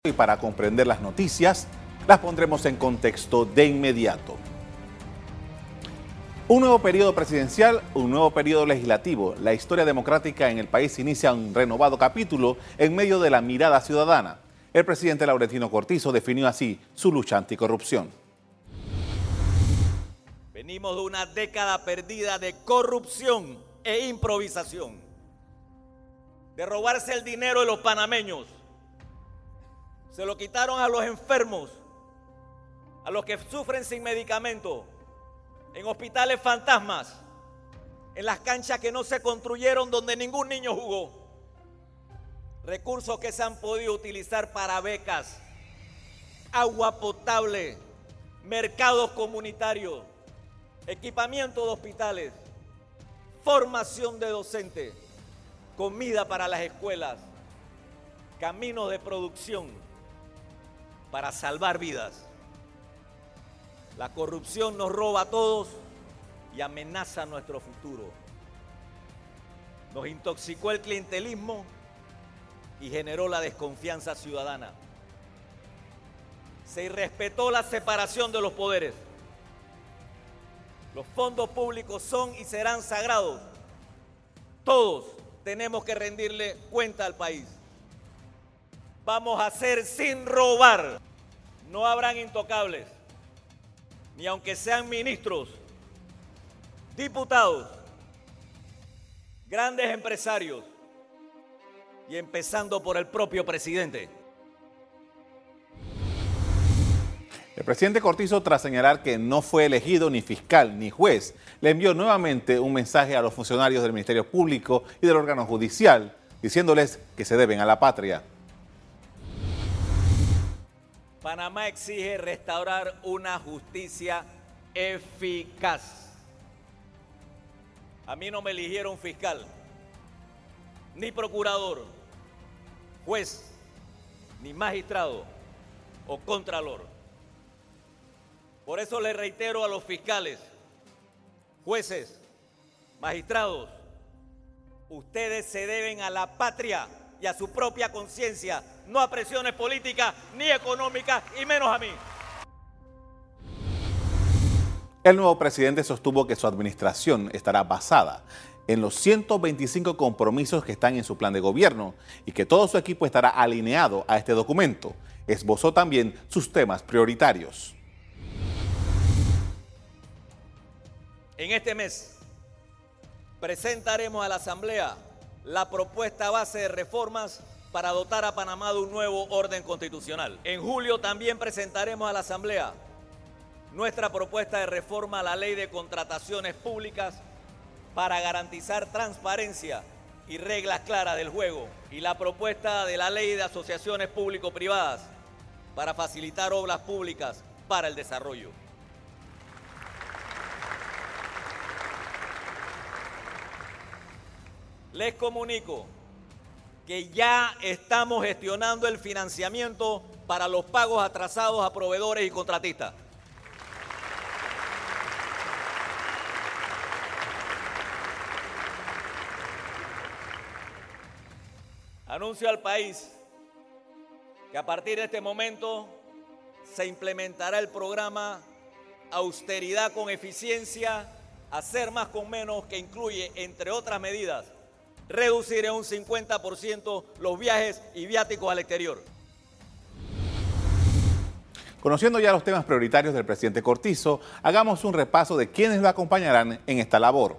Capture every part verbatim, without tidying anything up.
Y para comprender las noticias, las pondremos en contexto de inmediato. Un nuevo periodo presidencial, un nuevo periodo legislativo. La historia democrática en el país inicia un renovado capítulo en medio de la mirada ciudadana. El presidente Laurentino Cortizo definió así su lucha anticorrupción. Venimos de una década perdida de corrupción e improvisación, de robarse el dinero de los panameños. Se lo quitaron a los enfermos, a los que sufren sin medicamento, en hospitales fantasmas, en las canchas que no se construyeron donde ningún niño jugó. Recursos que se han podido utilizar para becas, agua potable, mercados comunitarios, equipamiento de hospitales, formación de docentes, comida para las escuelas, caminos de producción para salvar vidas. La corrupción nos roba a todos y amenaza nuestro futuro. Nos intoxicó el clientelismo y generó la desconfianza ciudadana. Se irrespetó la separación de los poderes. Los fondos públicos son y serán sagrados. Todos tenemos que rendirle cuenta al país. Vamos a hacer sin robar. No habrán intocables, ni aunque sean ministros, diputados, grandes empresarios y empezando por el propio presidente. El presidente Cortizo, tras señalar que no fue elegido ni fiscal ni juez, le envió nuevamente un mensaje a los funcionarios del Ministerio Público y del órgano judicial, diciéndoles que se deben a la patria. Panamá exige restaurar una justicia eficaz. A mí no me eligieron fiscal, ni procurador, juez, ni magistrado o contralor. Por eso le reitero a los fiscales, jueces, magistrados, ustedes se deben a la patria y a su propia conciencia, no a presiones políticas ni económicas, y menos a mí. El nuevo presidente sostuvo que su administración estará basada en los ciento veinticinco compromisos que están en su plan de gobierno y que todo su equipo estará alineado a este documento. Esbozó también sus temas prioritarios. En este mes presentaremos a la Asamblea la propuesta base de reformas para dotar a Panamá de un nuevo orden constitucional. En julio también presentaremos a la Asamblea nuestra propuesta de reforma a la Ley de Contrataciones Públicas para garantizar transparencia y reglas claras del juego, y la propuesta de la Ley de Asociaciones Público-Privadas para facilitar obras públicas para el desarrollo. Les comunico que ya estamos gestionando el financiamiento para los pagos atrasados a proveedores y contratistas. Anuncio al país que a partir de este momento se implementará el programa Austeridad con Eficiencia, Hacer Más con Menos, que incluye, entre otras medidas, reducir en un cincuenta por ciento los viajes y viáticos al exterior. Conociendo ya los temas prioritarios del presidente Cortizo, hagamos un repaso de quienes lo acompañarán en esta labor.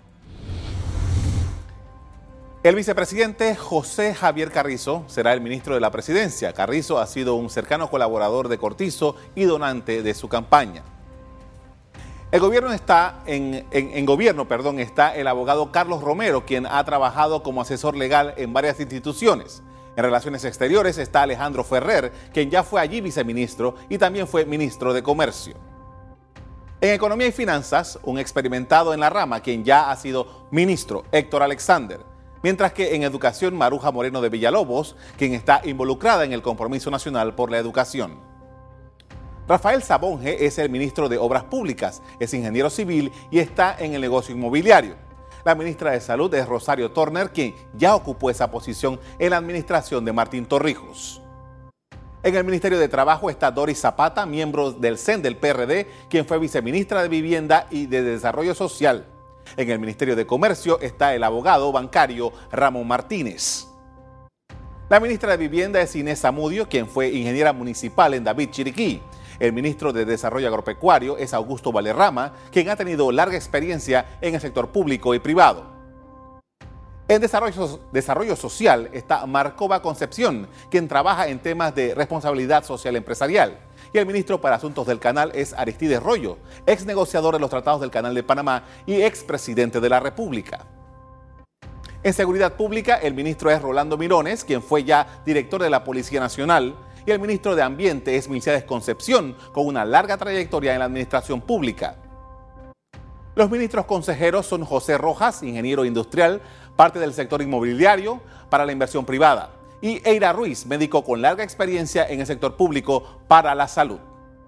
El vicepresidente José Javier Carrizo será el ministro de la Presidencia. Carrizo ha sido un cercano colaborador de Cortizo y donante de su campaña. El gobierno está en, en, en gobierno, perdón, está el abogado Carlos Romero, quien ha trabajado como asesor legal en varias instituciones. En Relaciones Exteriores está Alejandro Ferrer, quien ya fue allí viceministro y también fue ministro de Comercio. En Economía y Finanzas, un experimentado en la rama, quien ya ha sido ministro, Héctor Alexander. Mientras que en Educación, Maruja Moreno de Villalobos, quien está involucrada en el Compromiso Nacional por la Educación. Rafael Sabonge es el ministro de Obras Públicas, es ingeniero civil y está en el negocio inmobiliario. La ministra de Salud es Rosario Turner, quien ya ocupó esa posición en la administración de Martín Torrijos. En el Ministerio de Trabajo está Doris Zapata, miembro del C E N del P R D, quien fue viceministra de Vivienda y de Desarrollo Social. En el Ministerio de Comercio está el abogado bancario Ramón Martínez. La ministra de Vivienda es Inés Zamudio, quien fue ingeniera municipal en David, Chiriquí. El ministro de Desarrollo Agropecuario es Augusto Valderrama, quien ha tenido larga experiencia en el sector público y privado. En desarrollo, desarrollo social está Marcova Concepción, quien trabaja en temas de responsabilidad social empresarial. Y el ministro para Asuntos del Canal es Aristides Royo, ex negociador de los tratados del Canal de Panamá y ex presidente de la República. En Seguridad Pública, el ministro es Rolando Mirones, quien fue ya director de la Policía Nacional, y el ministro de Ambiente es Milciades Concepción, con una larga trayectoria en la administración pública. Los ministros consejeros son José Rojas, ingeniero industrial, parte del sector inmobiliario para la inversión privada, y Eira Ruiz, médico con larga experiencia en el sector público para la salud.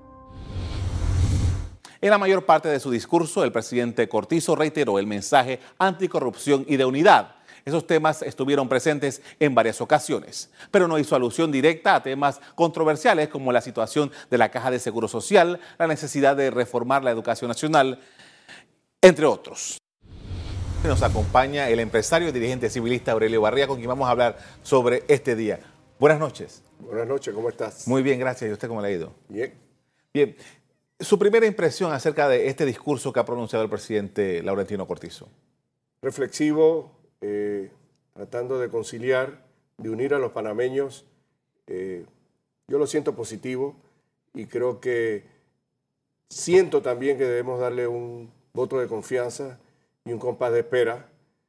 En la mayor parte de su discurso, el presidente Cortizo reiteró el mensaje anticorrupción y de unidad. Esos temas estuvieron presentes en varias ocasiones, pero no hizo alusión directa a temas controversiales como la situación de la Caja de Seguro Social, la necesidad de reformar la educación nacional, entre otros. Nos acompaña el empresario y dirigente civilista Aurelio Barría, con quien vamos a hablar sobre este día. Buenas noches. Buenas noches, ¿cómo estás? Muy bien, gracias. ¿Y usted cómo le ha ido? Bien. Bien. Su primera impresión acerca de este discurso que ha pronunciado el presidente Laurentino Cortizo. Reflexivo, eh, tratando de conciliar, de unir a los panameños. Eh, yo lo siento positivo y creo que siento también que debemos darle un voto de confianza y un compás de espera.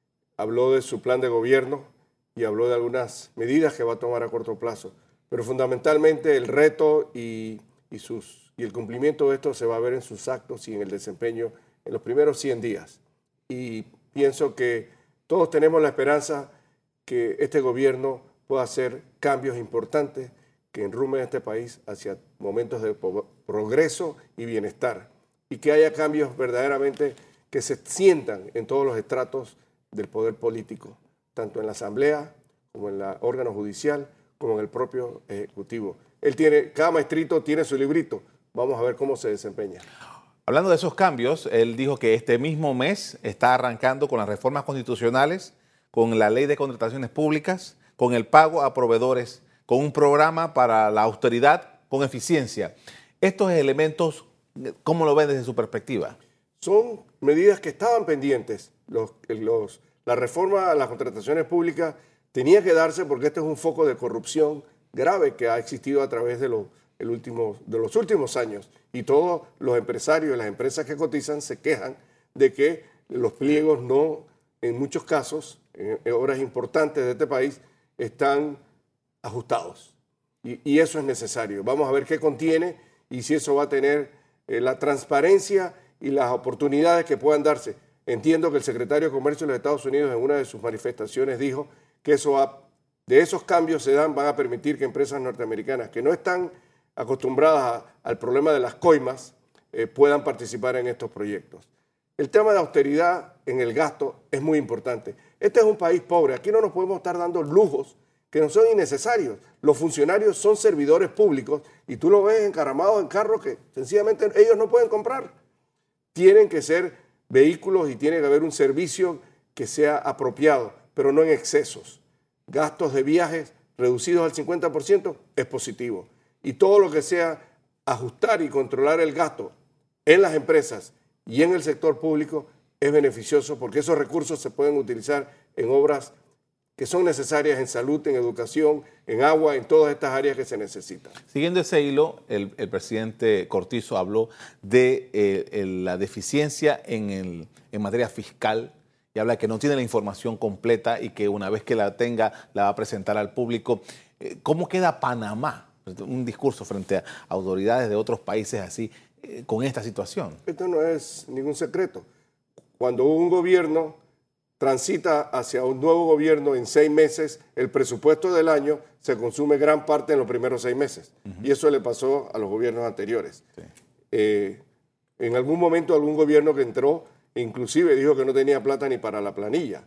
Habló de su plan de gobierno y habló de algunas medidas que va a tomar a corto plazo, pero fundamentalmente el reto y, y, sus, y el cumplimiento de esto se va a ver en sus actos y en el desempeño en los primeros cien días. Y pienso que todos tenemos la esperanza que este gobierno pueda hacer cambios importantes que enrumen a este país hacia momentos de progreso y bienestar, y que haya cambios verdaderamente que se sientan en todos los estratos del poder político, tanto en la Asamblea como en el órgano judicial, como en el propio Ejecutivo. Él tiene, cada maestrito tiene su librito. Vamos a ver cómo se desempeña. Hablando de esos cambios, él dijo que este mismo mes está arrancando con las reformas constitucionales, con la ley de contrataciones públicas, con el pago a proveedores, con un programa para la austeridad, con eficiencia. Estos elementos, ¿cómo lo ven desde su perspectiva? Son medidas que estaban pendientes. Los, los, la reforma a las contrataciones públicas tenía que darse porque este es un foco de corrupción grave que ha existido a través de, lo, el último, de los últimos años. Y todos los empresarios y las empresas que cotizan se quejan de que los pliegos no, en muchos casos, en, en obras importantes de este país, están ajustados. Y, y eso es necesario. Vamos a ver qué contiene y si eso va a tener eh, la transparencia y las oportunidades que puedan darse. Entiendo que el secretario de Comercio de los Estados Unidos en una de sus manifestaciones dijo que eso va, de esos cambios se dan, van a permitir que empresas norteamericanas que no están acostumbradas a, al problema de las coimas eh, puedan participar en estos proyectos. El tema de austeridad en el gasto es muy importante. Este es un país pobre, aquí no nos podemos estar dando lujos que no son innecesarios. Los funcionarios son servidores públicos y tú lo ves encaramados en carros que sencillamente ellos no pueden comprar. Tienen que ser vehículos y tiene que haber un servicio que sea apropiado, pero no en excesos. Gastos de viajes reducidos al cincuenta por ciento es positivo. Y todo lo que sea ajustar y controlar el gasto en las empresas y en el sector público es beneficioso porque esos recursos se pueden utilizar en obras que son necesarias en salud, en educación, en agua, en todas estas áreas que se necesitan. Siguiendo ese hilo, el, el presidente Cortizo habló de eh, el, la deficiencia en, el, en materia fiscal y habla que no tiene la información completa y que una vez que la tenga la va a presentar al público. Eh, ¿Cómo queda Panamá? Un discurso frente a autoridades de otros países así eh, con esta situación. Esto no es ningún secreto. Cuando un gobierno transita hacia un nuevo gobierno en seis meses, el presupuesto del año se consume gran parte en los primeros seis meses. Uh-huh. Y eso le pasó a los gobiernos anteriores. Sí. Eh, en algún momento algún gobierno que entró inclusive dijo que no tenía plata ni para la planilla,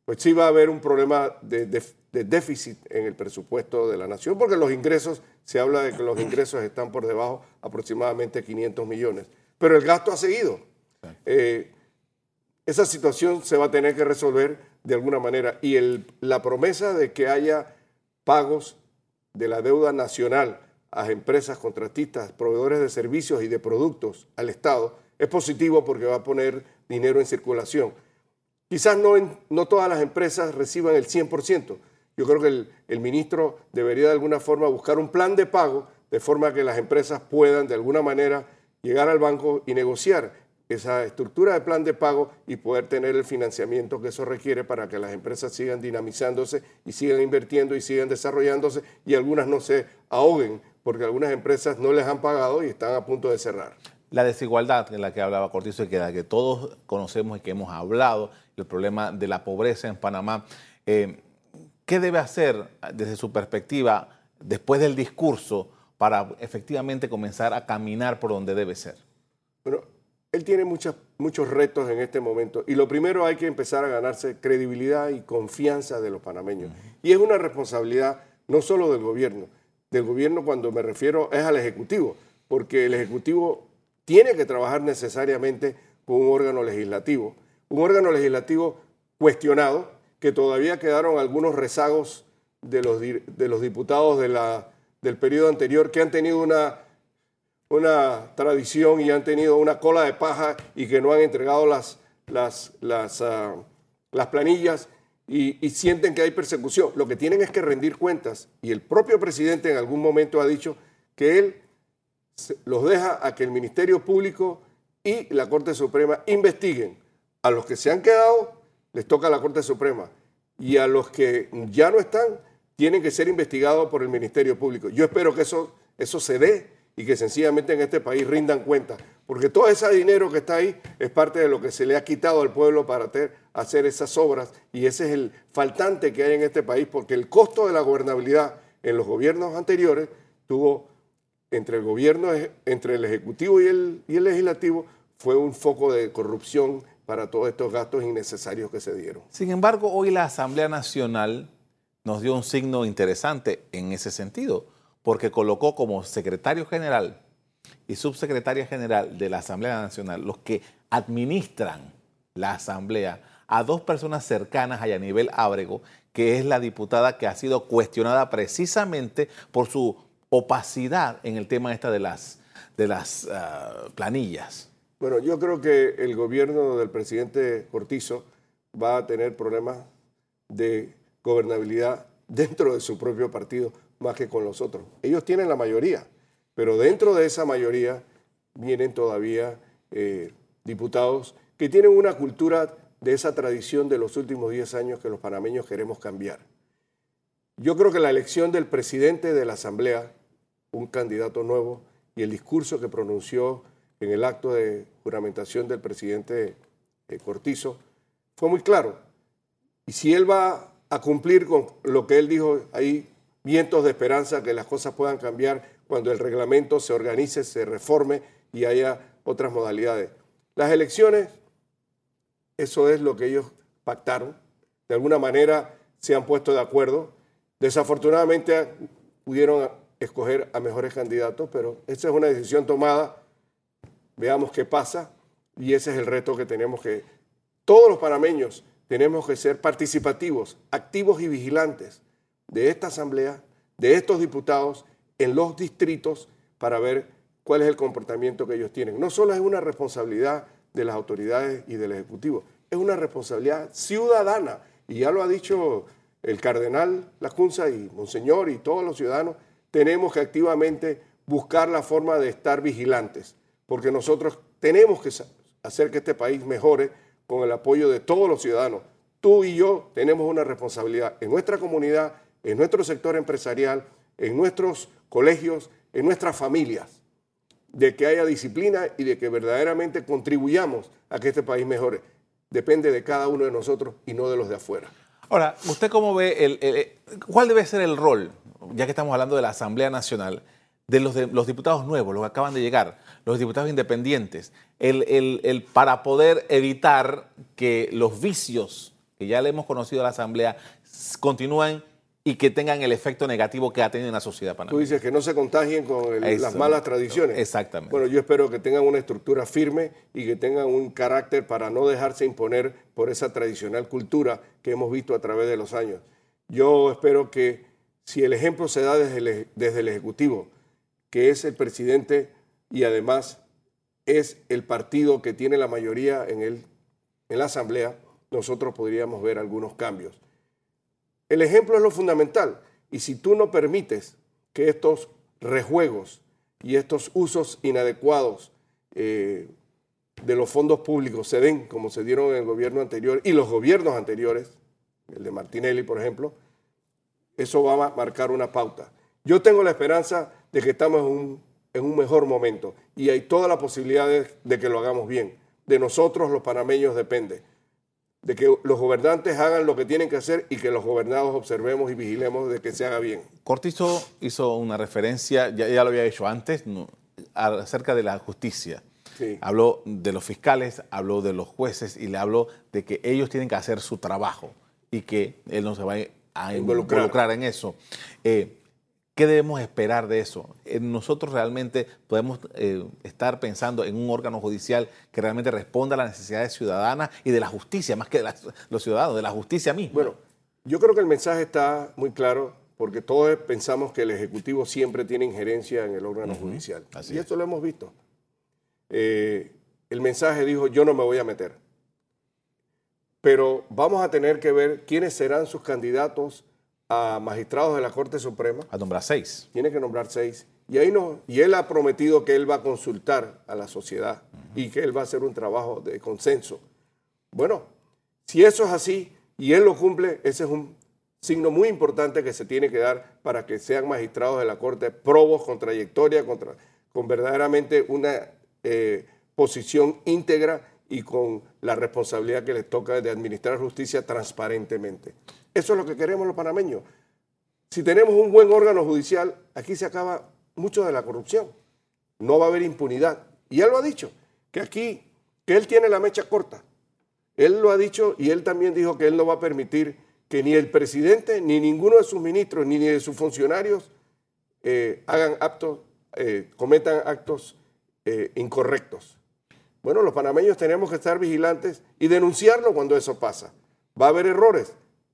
pues sí va a haber un problema de, de, de déficit en el presupuesto de la nación, porque los ingresos, se habla de que los ingresos están por debajo aproximadamente quinientos millones, pero el gasto ha seguido. Eh, esa situación se va a tener que resolver de alguna manera, y el, la promesa de que haya pagos de la deuda nacional a empresas, contratistas, proveedores de servicios y de productos al Estado es positivo porque va a poner dinero en circulación. Quizás no, en, no todas las empresas reciban el cien por ciento. Yo creo que el, el ministro debería de alguna forma buscar un plan de pago de forma que las empresas puedan de alguna manera llegar al banco y negociar esa estructura de plan de pago y poder tener el financiamiento que eso requiere para que las empresas sigan dinamizándose y sigan invirtiendo y sigan desarrollándose y algunas no se ahoguen porque algunas empresas no les han pagado y están a punto de cerrar. La desigualdad en la que hablaba Cortizo y que, la que todos conocemos y que hemos hablado, el problema de la pobreza en Panamá, eh, ¿qué debe hacer desde su perspectiva después del discurso para efectivamente comenzar a caminar por donde debe ser? Bueno, él tiene muchas, muchos retos en este momento y lo primero hay que empezar a ganarse credibilidad y confianza de los panameños. Uh-huh. Y es una responsabilidad no solo del gobierno, del gobierno cuando me refiero es al Ejecutivo, porque el Ejecutivo tiene que trabajar necesariamente con un órgano legislativo, un órgano legislativo cuestionado, que todavía quedaron algunos rezagos de los, de los diputados de la, del periodo anterior que han tenido una... una tradición y han tenido una cola de paja y que no han entregado las, las, las, uh, las planillas y, y sienten que hay persecución. Lo que tienen es que rendir cuentas y el propio presidente en algún momento ha dicho que él los deja a que el Ministerio Público y la Corte Suprema investiguen. A los que se han quedado les toca la Corte Suprema y a los que ya no están tienen que ser investigados por el Ministerio Público. Yo espero que eso, eso se dé y que sencillamente en este país rindan cuenta, porque todo ese dinero que está ahí es parte de lo que se le ha quitado al pueblo para ter, hacer esas obras y ese es el faltante que hay en este país, porque el costo de la gobernabilidad en los gobiernos anteriores tuvo, entre el gobierno, entre el Ejecutivo y el, y el Legislativo, fue un foco de corrupción para todos estos gastos innecesarios que se dieron. Sin embargo, hoy la Asamblea Nacional nos dio un signo interesante en ese sentido, porque colocó como secretario general y subsecretaria general de la Asamblea Nacional, los que administran la Asamblea, a dos personas cercanas a Yanivel Ábrego, que es la diputada que ha sido cuestionada precisamente por su opacidad en el tema esta de las, de las uh, planillas. Bueno, yo creo que el gobierno del presidente Cortizo va a tener problemas de gobernabilidad dentro de su propio partido, más que con los otros. Ellos tienen la mayoría, pero dentro de esa mayoría vienen todavía eh, diputados que tienen una cultura de esa tradición de los últimos diez años que los panameños queremos cambiar. Yo creo que la elección del presidente de la Asamblea, un candidato nuevo, y el discurso que pronunció en el acto de juramentación del presidente eh, Cortizo fue muy claro. Y si él va a cumplir con lo que él dijo ahí, vientos de esperanza que las cosas puedan cambiar cuando el reglamento se organice, se reforme y haya otras modalidades. Las elecciones, eso es lo que ellos pactaron. De alguna manera se han puesto de acuerdo. Desafortunadamente pudieron escoger a mejores candidatos, pero esa es una decisión tomada. Veamos qué pasa y ese es el reto que tenemos que... Todos los panameños tenemos que ser participativos, activos y vigilantes de esta asamblea, de estos diputados en los distritos para ver cuál es el comportamiento que ellos tienen. No solo es una responsabilidad de las autoridades y del Ejecutivo, es una responsabilidad ciudadana. Y ya lo ha dicho el cardenal Lacunza y Monseñor y todos los ciudadanos, tenemos que activamente buscar la forma de estar vigilantes, porque nosotros tenemos que hacer que este país mejore con el apoyo de todos los ciudadanos. Tú y yo tenemos una responsabilidad en nuestra comunidad, en nuestro sector empresarial, en nuestros colegios, en nuestras familias, de que haya disciplina y de que verdaderamente contribuyamos a que este país mejore. Depende de cada uno de nosotros y no de los de afuera. Ahora, ¿usted cómo ve, el, el, cuál debe ser el rol, ya que estamos hablando de la Asamblea Nacional, de los, de los diputados nuevos, los que acaban de llegar, los diputados independientes, el, el, el, para poder evitar que los vicios que ya le hemos conocido a la Asamblea continúen y que tengan el efecto negativo que ha tenido en la sociedad panameña. Tú dices que no se contagien con el, Eso, las malas tradiciones. Exactamente. Bueno, yo espero que tengan una estructura firme y que tengan un carácter para no dejarse imponer por esa tradicional cultura que hemos visto a través de los años. Yo espero que si el ejemplo se da desde el, desde el Ejecutivo, que es el presidente y además es el partido que tiene la mayoría en, el, en la Asamblea, nosotros podríamos ver algunos cambios. El ejemplo es lo fundamental, y si tú no permites que estos rejuegos y estos usos inadecuados eh, de los fondos públicos se den como se dieron en el gobierno anterior y los gobiernos anteriores, el de Martinelli, por ejemplo, eso va a marcar una pauta. Yo tengo la esperanza de que estamos en un, en un mejor momento y hay toda la posibilidad de, de que lo hagamos bien. De nosotros, los panameños, depende. De que los gobernantes hagan lo que tienen que hacer y que los gobernados observemos y vigilemos de que se haga bien. Cortizo hizo una referencia, ya, ya lo había hecho antes, no, acerca de la justicia. Sí. Habló de los fiscales, habló de los jueces y le habló de que ellos tienen que hacer su trabajo y que él no se va a involucrar, involucrar en eso. Eh, ¿Qué debemos esperar de eso? Eh, nosotros realmente podemos eh, estar pensando en un órgano judicial que realmente responda a las necesidades ciudadanas y de la justicia, más que de la, los ciudadanos, de la justicia misma. Bueno, yo creo que el mensaje está muy claro porque todos pensamos que el Ejecutivo siempre tiene injerencia en el órgano uh-huh. judicial. Así y esto es. Lo hemos visto. Eh, el mensaje dijo, yo no me voy a meter. Pero vamos a tener que ver quiénes serán sus candidatos a magistrados de la Corte Suprema. A nombrar seis. Tiene que nombrar seis. Y, ahí no, y él ha prometido que él va a consultar a la sociedad uh-huh. y que él va a hacer un trabajo de consenso. Bueno, si eso es así y él lo cumple, ese es un signo muy importante que se tiene que dar para que sean magistrados de la Corte probos, con trayectoria, contra, con verdaderamente una eh, posición íntegra y con la responsabilidad que les toca de administrar justicia transparentemente. Eso es lo que queremos los panameños. Si tenemos un buen órgano judicial, aquí se acaba mucho de la corrupción. No va a haber impunidad. Y él lo ha dicho, que aquí, que él tiene la mecha corta. Él lo ha dicho y él también dijo que él no va a permitir que ni el presidente, ni ninguno de sus ministros, ni de sus funcionarios eh, hagan actos, eh, cometan actos eh, incorrectos. Bueno, los panameños tenemos que estar vigilantes y denunciarlo cuando eso pasa. Va a haber errores.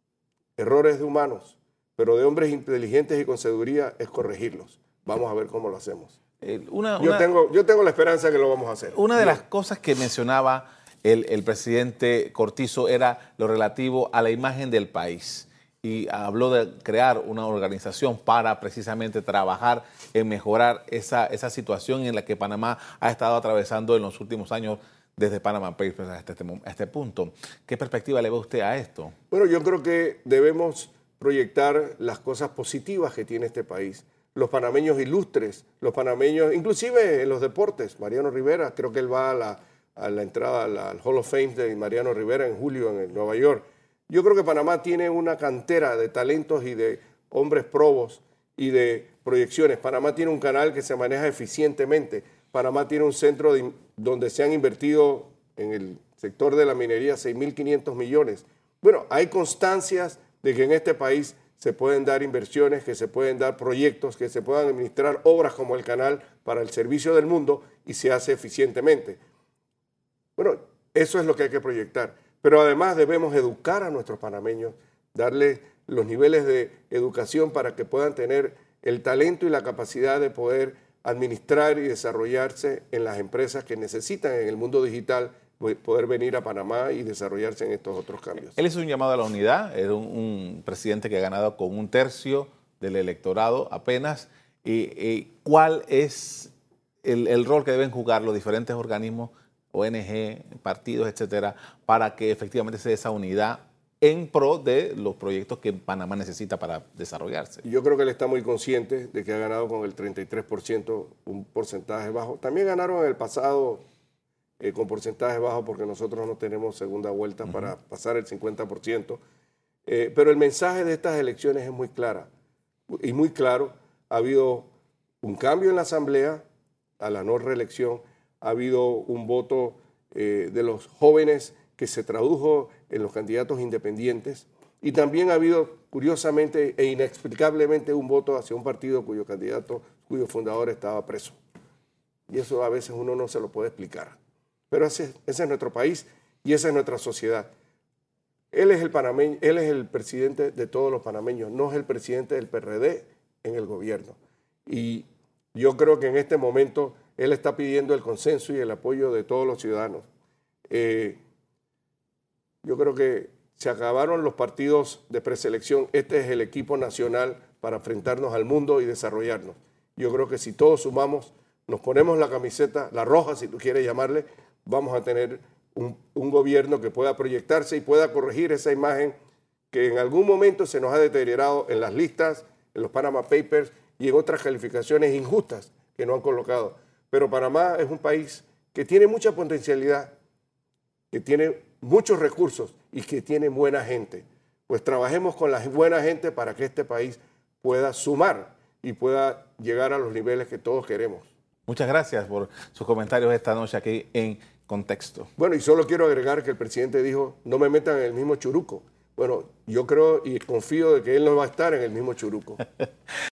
Errores de humanos, pero de hombres inteligentes y con sabiduría es corregirlos. Vamos a ver cómo lo hacemos. Eh, una, yo, una, tengo, yo tengo la esperanza que lo vamos a hacer. Una de Bien. las cosas que mencionaba el, el presidente Cortizo era lo relativo a la imagen del país y habló de crear una organización para precisamente trabajar en mejorar esa, esa situación en la que Panamá ha estado atravesando en los últimos años desde Panama Papers hasta este, a este punto. ¿Qué perspectiva le ve usted a esto? Bueno, yo creo que debemos proyectar las cosas positivas que tiene este país. Los panameños ilustres, los panameños, inclusive en los deportes. Mariano Rivera, creo que él va a la, a la entrada al, al Hall of Fame de Mariano Rivera en julio en el Nueva York. Yo creo que Panamá tiene una cantera de talentos y de hombres probos y de proyecciones. Panamá tiene un canal que se maneja eficientemente. Panamá tiene un centro de, donde se han invertido en el sector de la minería seis mil quinientos millones. Bueno, hay constancias de que en este país se pueden dar inversiones, que se pueden dar proyectos, que se puedan administrar obras como el canal para el servicio del mundo y se hace eficientemente. Bueno, eso es lo que hay que proyectar. Pero además debemos educar a nuestros panameños, darles los niveles de educación para que puedan tener el talento y la capacidad de poder administrar y desarrollarse en las empresas que necesitan en el mundo digital poder venir a Panamá y desarrollarse en estos otros cambios. Él hizo un llamado a la unidad, era un, un presidente que ha ganado con un tercio del electorado apenas. ¿Y, y cuál es el, el rol que deben jugar los diferentes organismos, O N G, partidos, etcétera, para que efectivamente se dé esa unidad en pro de los proyectos que Panamá necesita para desarrollarse? Yo creo que él está muy consciente de que ha ganado con el treinta y tres por ciento, un porcentaje bajo. También ganaron en el pasado eh, con porcentaje bajo porque nosotros no tenemos segunda vuelta uh-huh. para pasar el cincuenta por ciento. Eh, pero el mensaje de estas elecciones es muy clara y muy claro. Ha habido un cambio en la Asamblea a la no reelección, ha habido un voto eh, de los jóvenes que se tradujo en los candidatos independientes. Y también ha habido, curiosamente e inexplicablemente, un voto hacia un partido cuyo candidato, cuyo fundador estaba preso. Y eso a veces uno no se lo puede explicar. Pero ese, ese es nuestro país y esa es nuestra sociedad. Él es el panameño, él es el presidente de todos los panameños, no es el presidente del P R D en el gobierno. Y yo creo que en este momento él está pidiendo el consenso y el apoyo de todos los ciudadanos. Eh, yo creo que se acabaron los partidos de preselección. Este es el equipo nacional para enfrentarnos al mundo y desarrollarnos. Yo creo que si todos sumamos, nos ponemos la camiseta, la roja si tú quieres llamarle, vamos a tener un, un gobierno que pueda proyectarse y pueda corregir esa imagen que en algún momento se nos ha deteriorado en las listas, en los Panama Papers y en otras calificaciones injustas que nos han colocado. Pero Panamá es un país que tiene mucha potencialidad, que tiene muchos recursos y que tiene buena gente. Pues trabajemos con la buena gente para que este país pueda sumar y pueda llegar a los niveles que todos queremos. Muchas gracias por sus comentarios esta noche aquí en Contexto. Bueno, y solo quiero agregar que el presidente dijo, no me metan en el mismo churuco. Bueno, yo creo y confío de que él no va a estar en el mismo churuco.